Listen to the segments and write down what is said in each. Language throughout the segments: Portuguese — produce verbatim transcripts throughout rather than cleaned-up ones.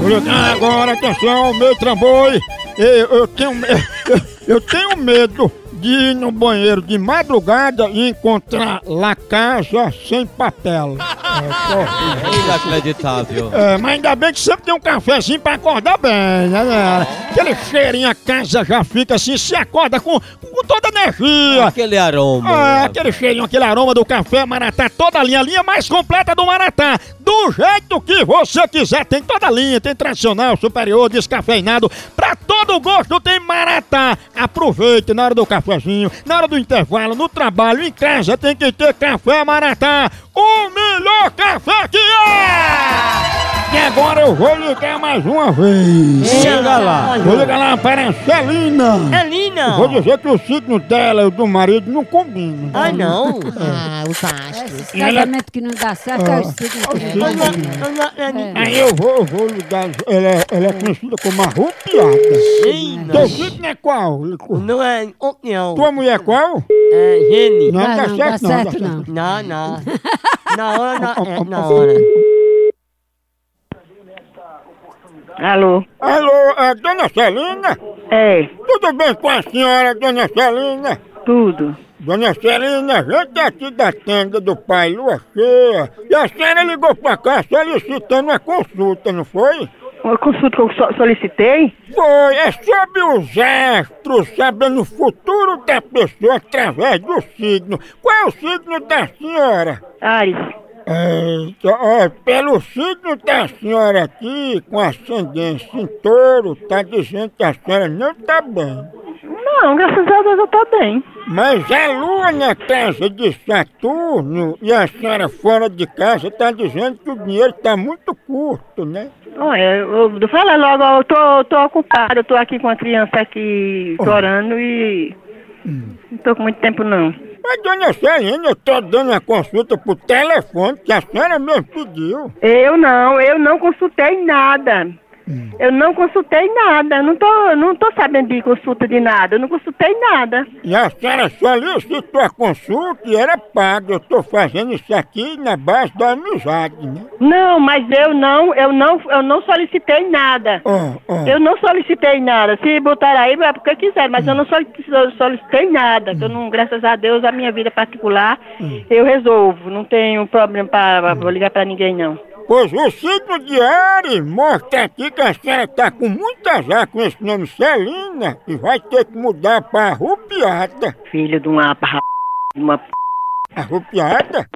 Agora, atenção, meu trambolho. Eu, eu, tenho, eu, eu tenho medo de ir no banheiro de madrugada e encontrar lá casa sem papel. É inacreditável. É, mas ainda bem que sempre tem um cafezinho pra acordar bem, né, galera? Aquele cheirinho, a casa já fica assim, se acorda com, com toda energia. Aquele aroma. É, aquele cheirinho, aquele aroma do café Maratá, toda a linha, a linha mais completa do Maratá. Do jeito que você quiser, tem toda a linha, tem tradicional, superior, descafeinado, pra todo gosto tem Maratá. Aproveite na hora do cafezinho, na hora do intervalo, no trabalho, em casa, tem que ter café Maratá. O melhor café que é! E agora eu vou ligar mais uma vez. Chega lá. Vou ligar lá para a Celina. Celina. Vou dizer que o signo dela e o do marido não combinam. Ah, não? Ah, os astros. Esse casamento que não dá certo é o signo que não dá certo. Aí eu vou, eu vou ligar. Ela, é- ela é conhecida como arrupiada. Sim, Teu signo é qual? não é opinião. Tua mulher é qual? É gene. Não, Não, dá não, certo dá não. certo dá não. Não, não. Na hora, na, é, na hora. Alô? Alô, é dona Celina? É, Tudo bem com a senhora, dona Celina? tudo. Dona Celina, a gente é aqui da tenda do Pai Lua Cheia. E a senhora ligou pra cá solicitando uma consulta, não foi? Uma consulta que eu so- solicitei? Foi, é sobre os astros, sabendo o futuro da pessoa através do signo. Qual é o signo da senhora? Ares. Eita, ó, pelo signo da senhora aqui, com ascendência em touro, tá dizendo que a senhora não tá bem. Não, graças a Deus eu tô bem. Mas a lua na casa de Saturno e a senhora fora de casa tá dizendo que o dinheiro tá muito curto, né? Olha, eu, eu falei logo, eu tô, tô ocupada, eu tô aqui com a criança aqui chorando e não tô com muito tempo não. Mas, dona Celina, eu tô dando uma consulta por telefone que a senhora mesmo pediu. Eu não, eu não consultei nada. Eu não consultei nada, eu não tô, não tô sabendo de consulta de nada, eu não consultei nada. E a senhora solicitou a consulta e era paga. Eu tô fazendo isso aqui na base da amizade, né? Não, mas eu não, eu não, eu não solicitei nada. Ó, ó. Eu não solicitei nada. Se botar aí, é porque quiser, mas eu não solici- solicitei nada. Que eu não, graças a Deus, a minha vida particular, eu resolvo. Não tenho problema para ligar para ninguém, não. Pois o signo de Ares mostra aqui que a senhora tá com muita já com esse nome Celina e vai ter que mudar pra arrupiada. Filho de uma p... de uma p... Arrupiada?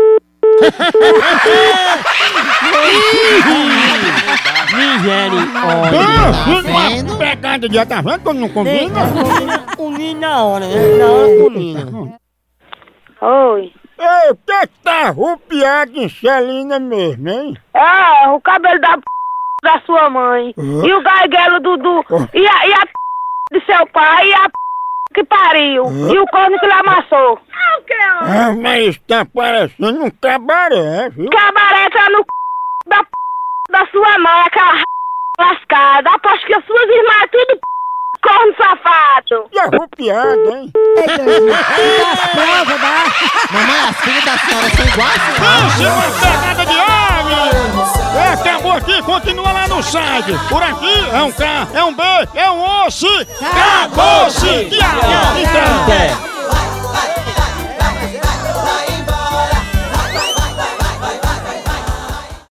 Misericórdia. Pensa numa pegada de tá vendo como não combina? Combina na hora, né? Na hora combina. Oi. Ei, o que tá arrupiado em Celina mesmo, hein? É, o cabelo da p... da sua mãe. E o garguelo do... do... E, a, e a p... de seu pai e a p... que pariu. E o corno que lhe amassou. Ah, mas tá parecendo um cabaré, viu? Cabaré tá no c... da p... da sua mãe, aquela r... lascada. Aposto que as suas irmãs é tudo p... corno safado. E arrupiada, hein? Mamãe, as filhas da senhora são iguais? Pense uma pegada de ave! É, acabou aqui, continua lá no site. Por aqui é um K, é um B, é um osso. Acabou-se! Tchau! Então. Até.